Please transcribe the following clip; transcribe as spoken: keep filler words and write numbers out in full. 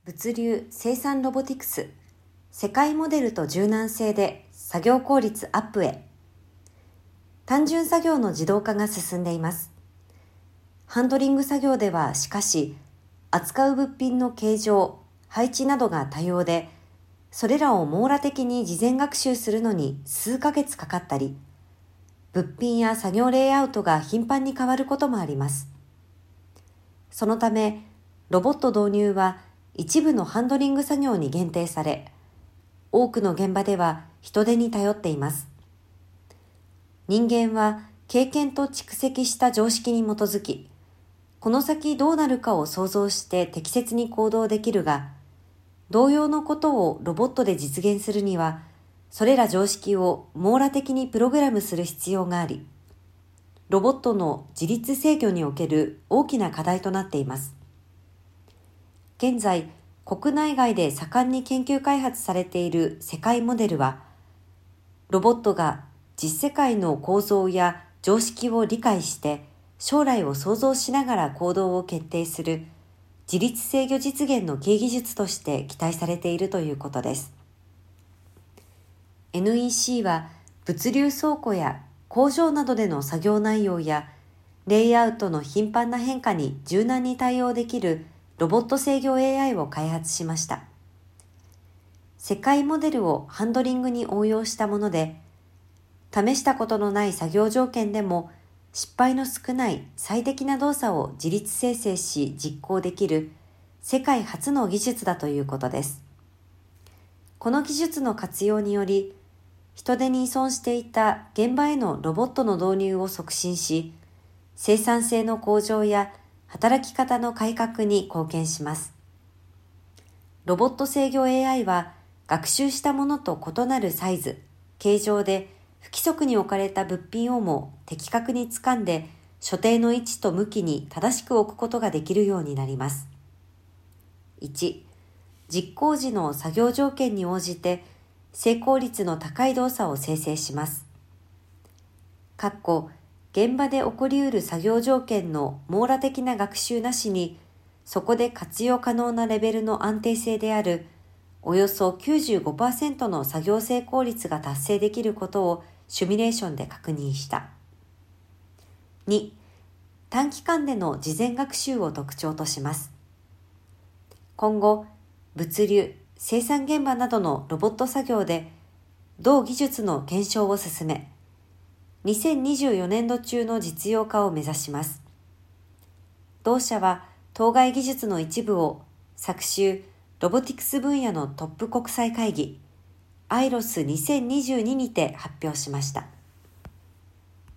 物流生産ロボティクス世界モデルと柔軟性で作業効率アップへ。単純作業の自動化が進んでいます。ハンドリング作業ではしかし、扱う物品の形状、配置などが多様で、それらを網羅的に事前学習するのに数ヶ月かかったり、物品や作業レイアウトが頻繁に変わることもあります。そのため、ロボット導入は一部のハンドリング作業に限定され、多くの現場では人手に頼っています。人間は経験と蓄積した常識に基づき、この先どうなるかを想像して適切に行動できるが、同様のことをロボットで実現するには、それら常識を網羅的にプログラムする必要があり、ロボットの自律制御における大きな課題となっています。現在、国内外で盛んに研究開発されている世界モデルは、ロボットが実世界の構造や常識を理解して将来を想像しながら行動を決定する自律制御実現のキー技術として期待されているということです。エヌイーシー は物流倉庫や工場などでの作業内容やレイアウトの頻繁な変化に柔軟に対応できるロボット制御 エーアイ を開発しました。世界モデルをハンドリングに応用したもので、試したことのない作業条件でも失敗の少ない最適な動作を自律生成し実行できる世界初の技術だということです。この技術の活用により、人手に依存していた現場へのロボットの導入を促進し、生産性の向上や働き方の改革に貢献します。ロボット制御 エーアイ は学習したものと異なるサイズ、形状で不規則に置かれた物品をも的確に掴んで所定の位置と向きに正しく置くことができるようになります。いち. 実行時の作業条件に応じて成功率の高い動作を生成します。かっこ現場で起こり得る作業条件の網羅的な学習なしに、そこで活用可能なレベルの安定性であるおよそ きゅうじゅうごパーセント の作業成功率が達成できることをシミュレーションで確認した。に. 短期間での事前学習を特徴とします。今後、物流、生産現場などのロボット作業で同技術の検証を進め、にせんにじゅうよねんど中の実用化を目指します。同社は当該技術の一部を昨週、ロボティクス分野のトップ国際会議、アイロスにせんにじゅうににて発表しました。